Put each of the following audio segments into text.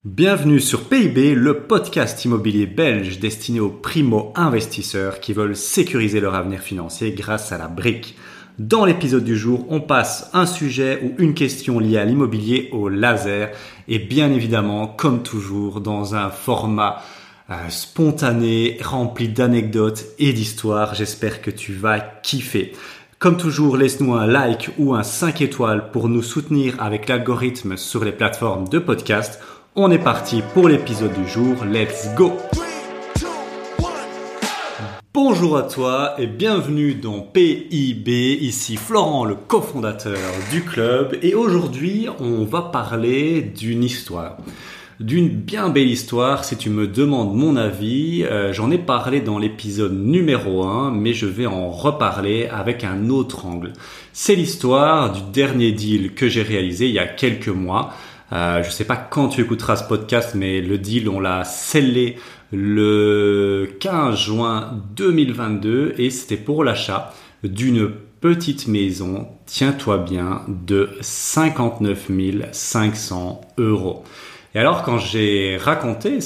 Bienvenue sur PIB, le podcast immobilier belge destiné aux primo-investisseurs qui veulent sécuriser leur avenir financier grâce à la brique. Dans l'épisode du jour, on passe un sujet ou une question liée à l'immobilier au laser et bien évidemment, comme toujours, dans un format spontané, rempli d'anecdotes et d'histoires. J'espère que tu vas kiffer. Comme toujours, laisse-nous un like ou un 5 étoiles pour nous soutenir avec l'algorithme sur les plateformes de podcast. On est parti pour l'épisode du jour, let's go! Bonjour à toi et bienvenue dans PIB, ici Florent, le cofondateur du club. Et aujourd'hui, on va parler d'une histoire. D'une bien belle histoire, si tu me demandes mon avis, j'en ai parlé dans l'épisode numéro 1, mais je vais en reparler avec un autre angle. C'est l'histoire du dernier deal que j'ai réalisé il y a quelques mois. Je sais pas quand tu écouteras ce podcast, mais le deal, on l'a scellé le 15 juin 2022 et c'était pour l'achat d'une petite maison, tiens-toi bien, de 59 500 €. Et alors, quand j'ai raconté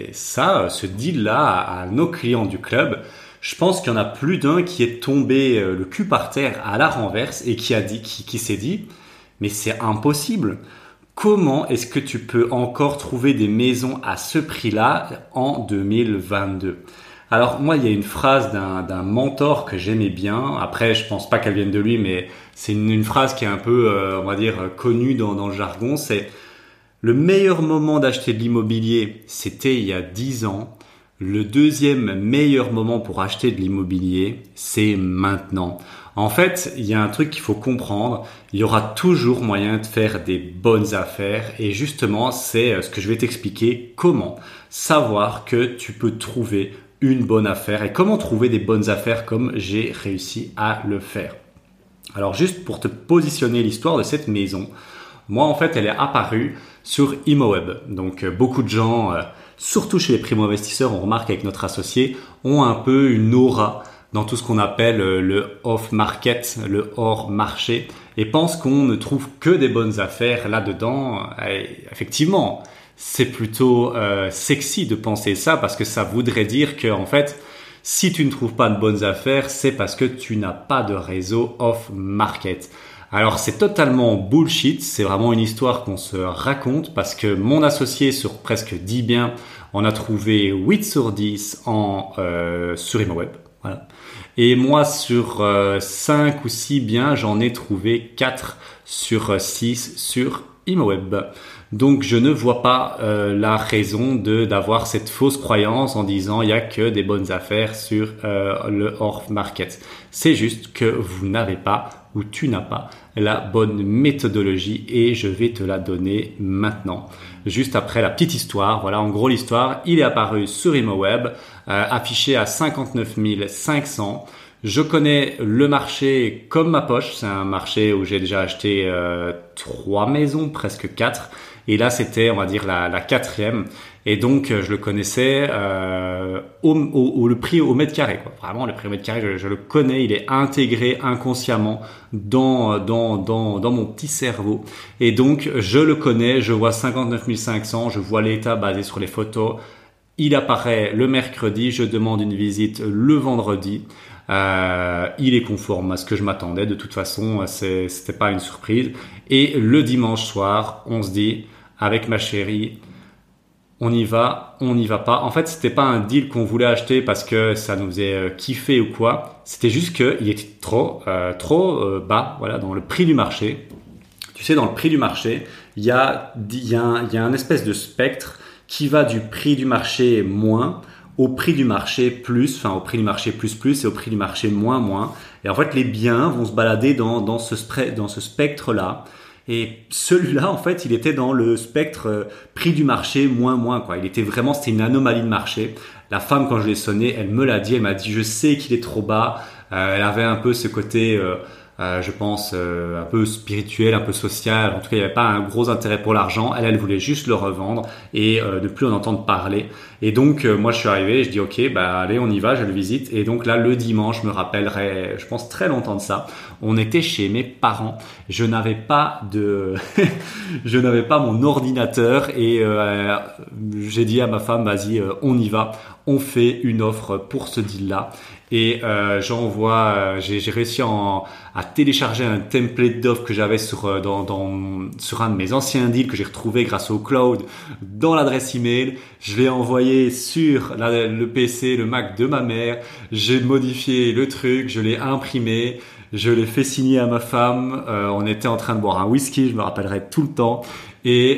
ce deal-là à nos clients du club, je pense qu'il y en a plus d'un qui est tombé le cul par terre à la renverse et qui s'est dit, mais c'est impossible. Comment est-ce que tu peux encore trouver des maisons à ce prix-là en 2022? Alors moi, il y a une phrase d'un mentor que j'aimais bien. Après, je pense pas qu'elle vienne de lui, mais c'est une phrase qui est un peu, on va dire, connue dans le jargon. C'est le meilleur moment d'acheter de l'immobilier, c'était il y a 10 ans. Le deuxième meilleur moment pour acheter de l'immobilier, c'est maintenant. En fait, il y a un truc qu'il faut comprendre. Il y aura toujours moyen de faire des bonnes affaires. Et justement, c'est ce que je vais t'expliquer. Comment savoir que tu peux trouver une bonne affaire et comment trouver des bonnes affaires comme j'ai réussi à le faire. Alors, juste pour te positionner l'histoire de cette maison, moi, en fait, elle est apparue sur ImmoWeb. Donc, beaucoup de gens, surtout chez les primo-investisseurs, on remarque avec notre associé, ont un peu une aura dans tout ce qu'on appelle le off-market, le hors-marché, et pensent qu'on ne trouve que des bonnes affaires là-dedans. Et effectivement, c'est plutôt sexy de penser ça parce que ça voudrait dire que, en fait, si tu ne trouves pas de bonnes affaires, c'est parce que tu n'as pas de réseau off-market. Alors c'est totalement bullshit, c'est vraiment une histoire qu'on se raconte parce que mon associé sur presque 10 biens, on a trouvé 8 sur 10 sur ImmoWeb. Voilà. Et moi sur 5 ou 6 biens, j'en ai trouvé 4 sur 6 sur ImmoWeb. Donc je ne vois pas la raison d'avoir cette fausse croyance en disant il y a que des bonnes affaires sur le hors market. C'est juste que vous n'avez pas ou tu n'as pas la bonne méthodologie et je vais te la donner maintenant. Juste après la petite histoire, voilà en gros l'histoire, il est apparu sur ImmoWeb, affiché à 59 500. Je connais le marché comme ma poche, c'est un marché où j'ai déjà acheté 3 maisons, presque 4. Et là, c'était, on va dire, la quatrième. Et donc, je le connaissais le prix au mètre carré, quoi. Vraiment, le prix au mètre carré, je le connais. Il est intégré inconsciemment dans mon petit cerveau. Et donc, je le connais. Je vois 59 500. Je vois l'état basé sur les photos. Il apparaît le mercredi. Je demande une visite le vendredi. Il est conforme à ce que je m'attendais. De toute façon, c'était pas une surprise. Et le dimanche soir, on se dit avec ma chérie, on y va pas. En fait, c'était pas un deal qu'on voulait acheter parce que ça nous faisait kiffer ou quoi. C'était juste que il était trop bas, voilà, dans le prix du marché. Tu sais, dans le prix du marché, il y a un espèce de spectre qui va du prix du marché moins au prix du marché plus, enfin au prix du marché plus et au prix du marché moins. Et en fait, les biens vont se balader dans ce spectre-là. Et celui-là, en fait, il était dans le spectre prix du marché moins, quoi. C'était une anomalie de marché. La femme, quand je l'ai sonné, elle me l'a dit, elle m'a dit, je sais qu'il est trop bas. Elle avait un peu ce côté je pense un peu spirituel, un peu social. En tout cas, il n'y avait pas un gros intérêt pour l'argent. Elle voulait juste le revendre et ne plus en entendre parler. Et donc, moi, je suis arrivé et je dis, ok, bah allez, on y va, je le visite. Et donc là, le dimanche, je me rappellerai, je pense très longtemps de ça. On était chez mes parents. Je n'avais pas je n'avais pas mon ordinateur et j'ai dit à ma femme, vas-y, on y va. On fait une offre pour ce deal-là. Et j'ai réussi à télécharger un template d'offre que j'avais sur un de mes anciens deals que j'ai retrouvé grâce au cloud dans l'adresse email. Je l'ai envoyé sur le PC, le Mac de ma mère. J'ai modifié le truc, je l'ai imprimé. Je l'ai fait signer à ma femme. On était en train de boire un whisky, je me rappellerai tout le temps. Et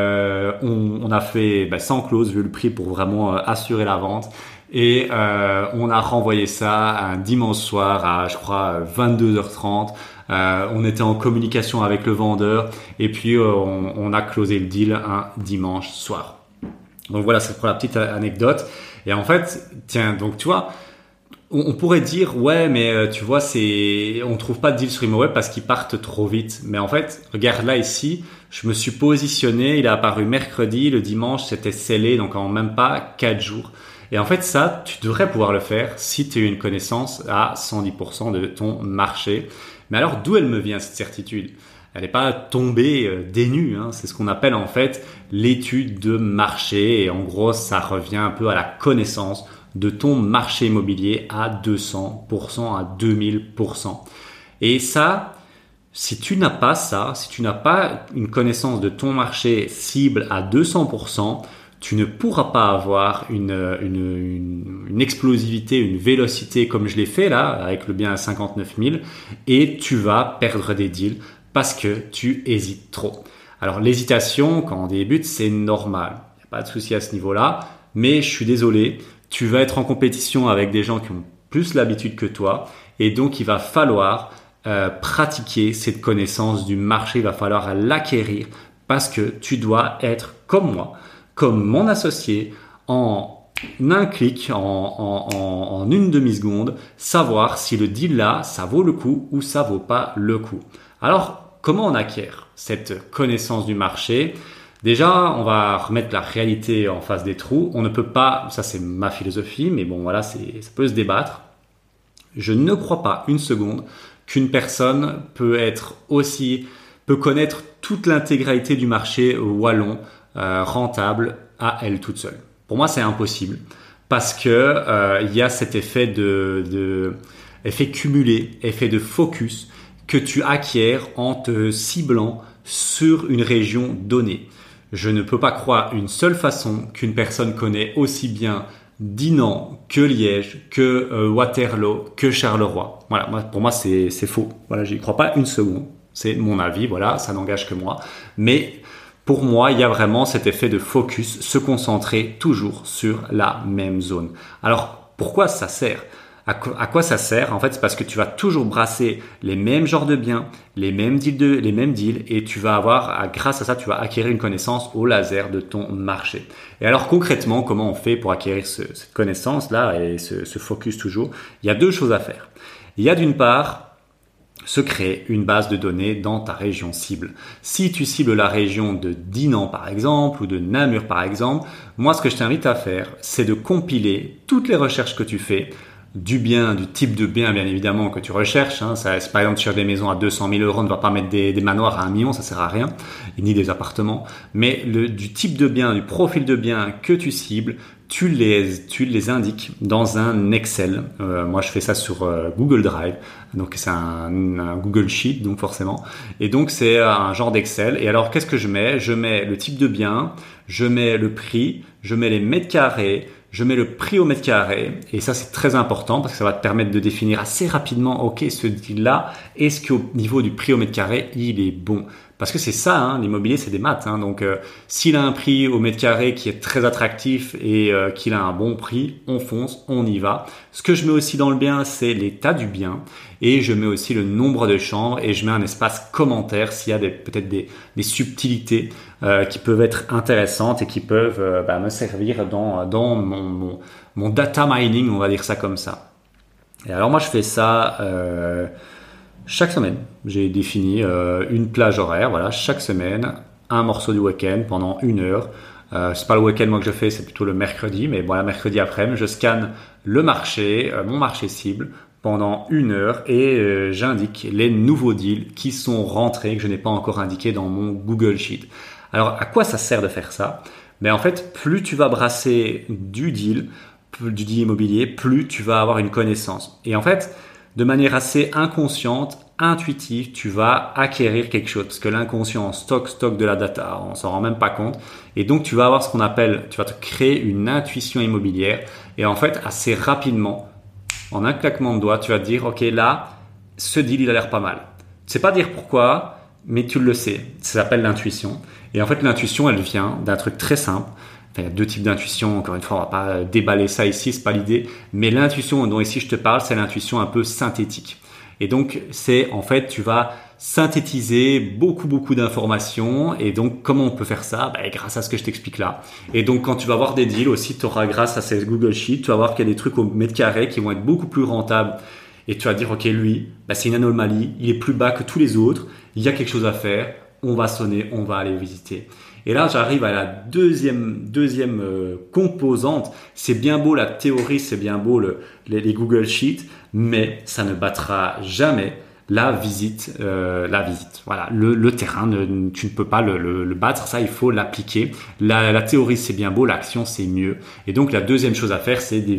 on a fait sans clause vu le prix pour vraiment assurer la vente. Et on a renvoyé ça un dimanche soir à, je crois, 22h30. On était en communication avec le vendeur et puis on a closé le deal un dimanche soir. Donc voilà, c'est pour la petite anecdote. Et en fait, tiens, donc tu vois, on pourrait dire ouais, mais tu vois, on trouve pas de deal sur ImoWeb parce qu'ils partent trop vite. Mais en fait, regarde là ici, je me suis positionné, il est apparu mercredi, le dimanche c'était scellé, donc en même pas 4 jours. Et en fait, ça, tu devrais pouvoir le faire si tu as une connaissance à 110% de ton marché. Mais alors, d'où elle me vient cette certitude? Elle n'est pas tombée des nues, hein. C'est ce qu'on appelle en fait l'étude de marché. Et en gros, ça revient un peu à la connaissance de ton marché immobilier à 200%, à 2000%. Et ça, si tu n'as pas ça, si tu n'as pas une connaissance de ton marché cible à 200%, tu ne pourras pas avoir une explosivité, une vélocité comme je l'ai fait là, avec le bien à 59 000, et tu vas perdre des deals parce que tu hésites trop. Alors l'hésitation, quand on débute, c'est normal. Il n'y a pas de souci à ce niveau-là, mais je suis désolé, tu vas être en compétition avec des gens qui ont plus l'habitude que toi, et donc il va falloir pratiquer cette connaissance du marché, il va falloir l'acquérir parce que tu dois être comme moi, comme mon associé, en un clic, en une demi-seconde, savoir si le deal là, ça vaut le coup ou ça vaut pas le coup. Alors, comment on acquiert cette connaissance du marché? Déjà, on va remettre la réalité en face des trous. On ne peut pas, ça c'est ma philosophie, mais bon voilà, ça peut se débattre. Je ne crois pas une seconde qu'une personne peut connaître toute l'intégralité du marché wallon rentable à elle toute seule. Pour moi, c'est impossible parce que il y a cet effet effet cumulé, effet de focus que tu acquiers en te ciblant sur une région donnée. Je ne peux pas croire une seule façon qu'une personne connaît aussi bien Dinan que Liège, que Waterloo, que Charleroi. Voilà, pour moi, c'est faux. Voilà, j'y crois pas une seconde. C'est mon avis, voilà, ça n'engage que moi. Mais pour moi, il y a vraiment cet effet de focus, se concentrer toujours sur la même zone. Alors, pourquoi ça sert? À quoi ça sert? En fait, c'est parce que tu vas toujours brasser les mêmes genres de biens, les mêmes deals, et tu vas grâce à ça, tu vas acquérir une connaissance au laser de ton marché. Et alors, concrètement, comment on fait pour acquérir cette connaissance-là et ce focus toujours? Il y a deux choses à faire. Il y a d'une part, se créer une base de données dans ta région cible. Si tu cibles la région de Dinan par exemple ou de Namur par exemple, moi ce que je t'invite à faire, c'est de compiler toutes les recherches que tu fais du type de bien bien évidemment que tu recherches. Si par exemple tu cherches des maisons à 200 000 euros, on ne va pas mettre des manoirs à 1 million, ça sert à rien, ni des appartements. Mais du type de bien, du profil de bien que tu cibles, tu les indiques dans un Excel. Moi, je fais ça sur Google Drive. Donc, c'est un Google Sheet, donc forcément. Et donc, c'est un genre d'Excel. Et alors, qu'est-ce que je mets? Je mets le type de bien, je mets le prix, je mets les mètres carrés, je mets le prix au mètre carré. Et ça, c'est très important parce que ça va te permettre de définir assez rapidement, OK, ce deal-là, est-ce qu'au niveau du prix au mètre carré, il est bon? Parce que c'est ça, l'immobilier, c'est des maths. Donc, s'il a un prix au mètre carré qui est très attractif et qu'il a un bon prix, on fonce, on y va. Ce que je mets aussi dans le bien, c'est l'état du bien. Et je mets aussi le nombre de chambres et je mets un espace commentaire s'il y a peut-être des subtilités qui peuvent être intéressantes et qui peuvent me servir dans mon data mining, on va dire ça comme ça. Et alors moi, je fais ça... Chaque semaine, j'ai défini une plage horaire. Voilà, chaque semaine, un morceau du week-end pendant 1 heure. C'est pas le week-end moi que je fais, c'est plutôt le mercredi. Mais voilà, mercredi après-midi, je scanne le marché, mon marché cible pendant 1 heure et j'indique les nouveaux deals qui sont rentrés que je n'ai pas encore indiqués dans mon Google Sheet. Alors, à quoi ça sert de faire ça? Mais en fait, plus tu vas brasser du deal immobilier, plus tu vas avoir une connaissance. Et en fait, de manière assez inconsciente, intuitive, tu vas acquérir quelque chose. Parce que l'inconscient stocke de la data, on s'en rend même pas compte. Et donc, tu vas avoir ce qu'on appelle, tu vas te créer une intuition immobilière. Et en fait, assez rapidement, en un claquement de doigts, tu vas te dire, OK, là, ce deal, il a l'air pas mal. Tu sais pas dire pourquoi, mais tu le sais. Ça s'appelle l'intuition. Et en fait, l'intuition, elle vient d'un truc très simple. Enfin, il y a 2 types d'intuition. Encore une fois, on va pas déballer ça ici, c'est pas l'idée. Mais l'intuition dont ici je te parle, c'est l'intuition un peu synthétique. Et donc, c'est en fait, tu vas synthétiser beaucoup d'informations. Et donc, comment on peut faire ça? Grâce à ce que je t'explique là. Et donc, quand tu vas avoir des deals aussi, tu auras grâce à ces Google Sheets, tu vas voir qu'il y a des trucs au mètre carré qui vont être beaucoup plus rentables. Et tu vas dire, OK, lui, c'est une anomalie. Il est plus bas que tous les autres. Il y a quelque chose à faire. On va sonner, on va aller visiter. Et là, j'arrive à la deuxième composante. C'est bien beau la théorie, c'est bien beau les Google Sheets, mais ça ne battra jamais la visite. Voilà, le terrain, tu ne peux pas le battre. Ça, il faut l'appliquer. La théorie, c'est bien beau, l'action, c'est mieux. Et donc, la deuxième chose à faire, c'est des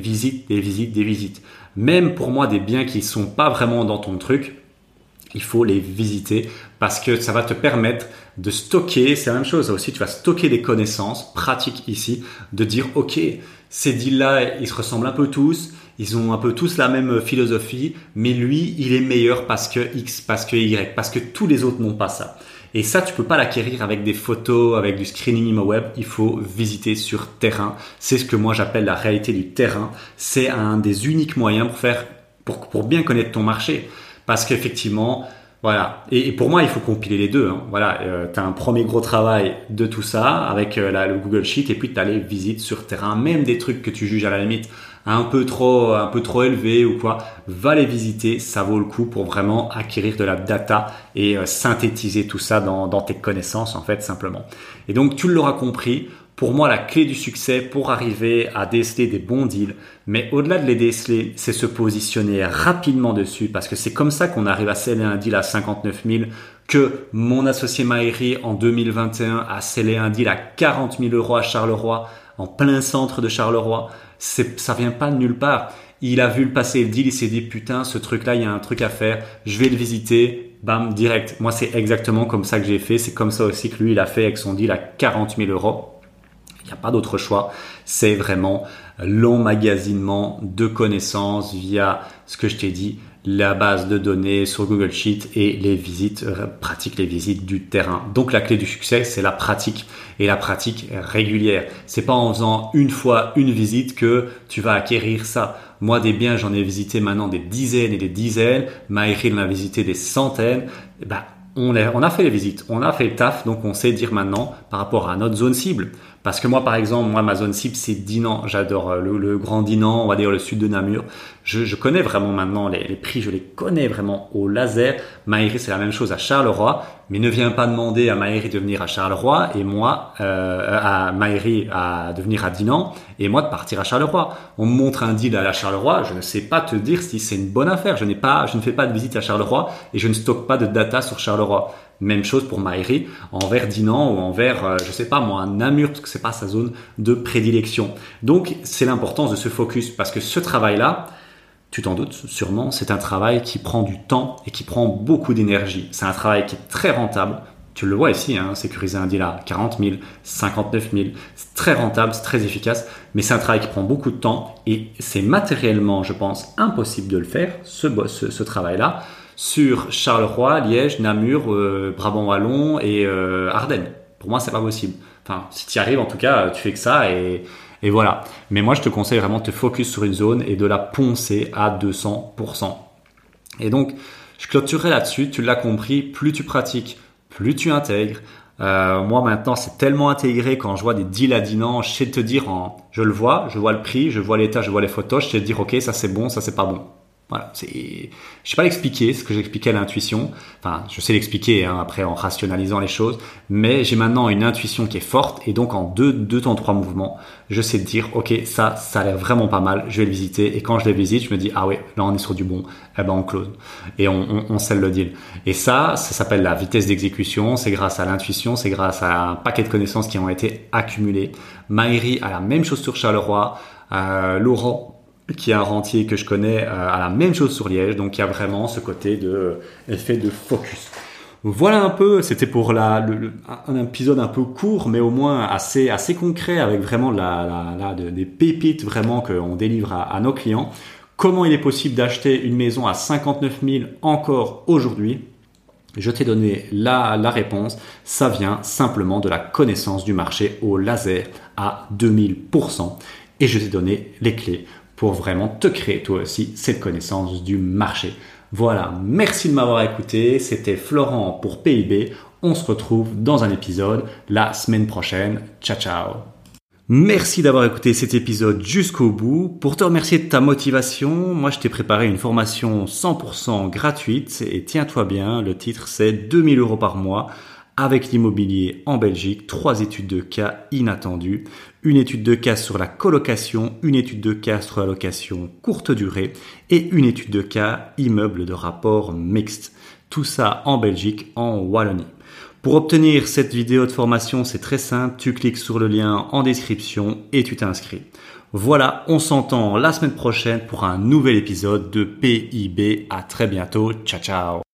visites. Même pour moi, des biens qui sont pas vraiment dans ton truc, il faut les visiter parce que ça va te permettre de stocker, c'est la même chose aussi, tu vas stocker des connaissances pratiques ici, de dire OK, ces deals-là, ils se ressemblent un peu tous, ils ont un peu tous la même philosophie, mais lui, il est meilleur parce que X, parce que Y, parce que tous les autres n'ont pas ça. Et ça, tu peux pas l'acquérir avec des photos, avec du screening ImoWeb. Il faut visiter sur terrain. C'est ce que moi j'appelle la réalité du terrain. C'est un des uniques moyens pour bien connaître ton marché. Parce qu'effectivement, voilà. Et pour moi, il faut compiler les deux. Hein. Voilà, tu as un premier gros travail de tout ça avec le Google Sheet et puis tu as les visites sur terrain, même des trucs que tu juges à la limite un peu trop élevés ou quoi. Va les visiter, ça vaut le coup pour vraiment acquérir de la data et synthétiser tout ça dans tes connaissances en fait simplement. Et donc tu l'auras compris. Pour moi, la clé du succès pour arriver à déceler des bons deals, mais au-delà de les déceler, c'est se positionner rapidement dessus parce que c'est comme ça qu'on arrive à sceller un deal à 59 000, que mon associé Maïri en 2021 a scellé un deal à 40 000 euros à Charleroi, en plein centre de Charleroi. Ça vient pas de nulle part. Il a vu le passer le deal, il s'est dit putain, ce truc-là, il y a un truc à faire, je vais le visiter, bam, direct. Moi, c'est exactement comme ça que j'ai fait. C'est comme ça aussi que lui, il a fait avec son deal à 40 000 euros. Il n'y a pas d'autre choix, c'est vraiment l'emmagasinement de connaissances via ce que je t'ai dit, la base de données sur Google Sheet et les visites, les visites du terrain. Donc la clé du succès, c'est la pratique et la pratique régulière. C'est pas en faisant une fois une visite que tu vas acquérir ça. Moi, des biens, j'en ai visité maintenant des dizaines et des dizaines. Maïri en a visité des centaines. On a fait les visites, on a fait le taf, donc on sait dire maintenant par rapport à notre zone cible. Parce que moi, par exemple, ma zone cible, c'est Dinan. J'adore le Grand Dinan, on va dire le sud de Namur. Je connais vraiment maintenant les prix, je les connais vraiment au laser. Maïri, c'est la même chose à Charleroi, mais ne viens pas demander à Maïri de venir à Charleroi et moi, à Maïri de venir à Dinan et moi de partir à Charleroi. On me montre un deal à la Charleroi, je ne sais pas te dire si c'est une bonne affaire. Je ne fais pas de visite à Charleroi et je ne stocke pas de data sur Charleroi. Même chose pour Maïri, envers Dinan ou envers, je sais pas moi, Namur, parce que c'est pas sa zone de prédilection. Donc, c'est l'importance de ce focus, parce que ce travail-là, tu t'en doutes sûrement, c'est un travail qui prend du temps et qui prend beaucoup d'énergie. C'est un travail qui est très rentable. Tu le vois ici, sécuriser un deal à 40 000, 59 000, c'est très rentable, c'est très efficace, mais c'est un travail qui prend beaucoup de temps et c'est matériellement, je pense, impossible de le faire, ce travail-là, sur Charleroi, Liège, Namur, Brabant Wallon et Ardennes. Pour moi, c'est pas possible. Enfin, si tu y arrives, en tout cas, tu fais que ça et voilà. Mais moi, je te conseille vraiment de te focus sur une zone et de la poncer à 200%. Et donc, je clôturerai là-dessus. Tu l'as compris, plus tu pratiques, plus tu intègres. Moi, maintenant, c'est tellement intégré quand je vois des deals à Dinan, je sais te dire, je le vois le prix, je vois l'état, je vois les photos, je sais te dire, ok, ça c'est bon, ça c'est pas bon. Voilà, je sais pas l'expliquer, ce que j'expliquais à l'intuition. Enfin, je sais l'expliquer après en rationalisant les choses, mais j'ai maintenant une intuition qui est forte et donc en deux temps, 3 mouvements, je sais dire, ok, ça a l'air vraiment pas mal, je vais le visiter et quand je le visite, je me dis, ah ouais, là on est sur du bon, eh ben on close et on scelle le deal. Et ça s'appelle la vitesse d'exécution, c'est grâce à l'intuition, c'est grâce à un paquet de connaissances qui ont été accumulées. Maëri a la même chose sur Charleroi, Laurent, qui est un rentier que je connais, a la même chose sur Liège, donc il y a vraiment ce côté de effet de focus. Voilà un peu, c'était pour un épisode un peu court, mais au moins assez concret, avec vraiment des pépites vraiment qu'on délivre à nos clients. Comment il est possible d'acheter une maison à 59 000 encore aujourd'hui? Je t'ai donné la réponse, ça vient simplement de la connaissance du marché au laser à 2000%. Et je t'ai donné les clés pour vraiment te créer toi aussi cette connaissance du marché. Voilà, merci de m'avoir écouté. C'était Florent pour PIB. On se retrouve dans un épisode la semaine prochaine. Ciao, ciao. Merci d'avoir écouté cet épisode jusqu'au bout. Pour te remercier de ta motivation, moi je t'ai préparé une formation 100% gratuite. Et tiens-toi bien, le titre c'est 2000 € par mois. Avec l'immobilier en Belgique, 3 études de cas inattendues, une étude de cas sur la colocation, une étude de cas sur la location courte durée et une étude de cas immeuble de rapport mixte. Tout ça en Belgique, en Wallonie. Pour obtenir cette vidéo de formation, c'est très simple, tu cliques sur le lien en description et tu t'inscris. Voilà, on s'entend la semaine prochaine pour un nouvel épisode de PIB. À très bientôt, ciao ciao.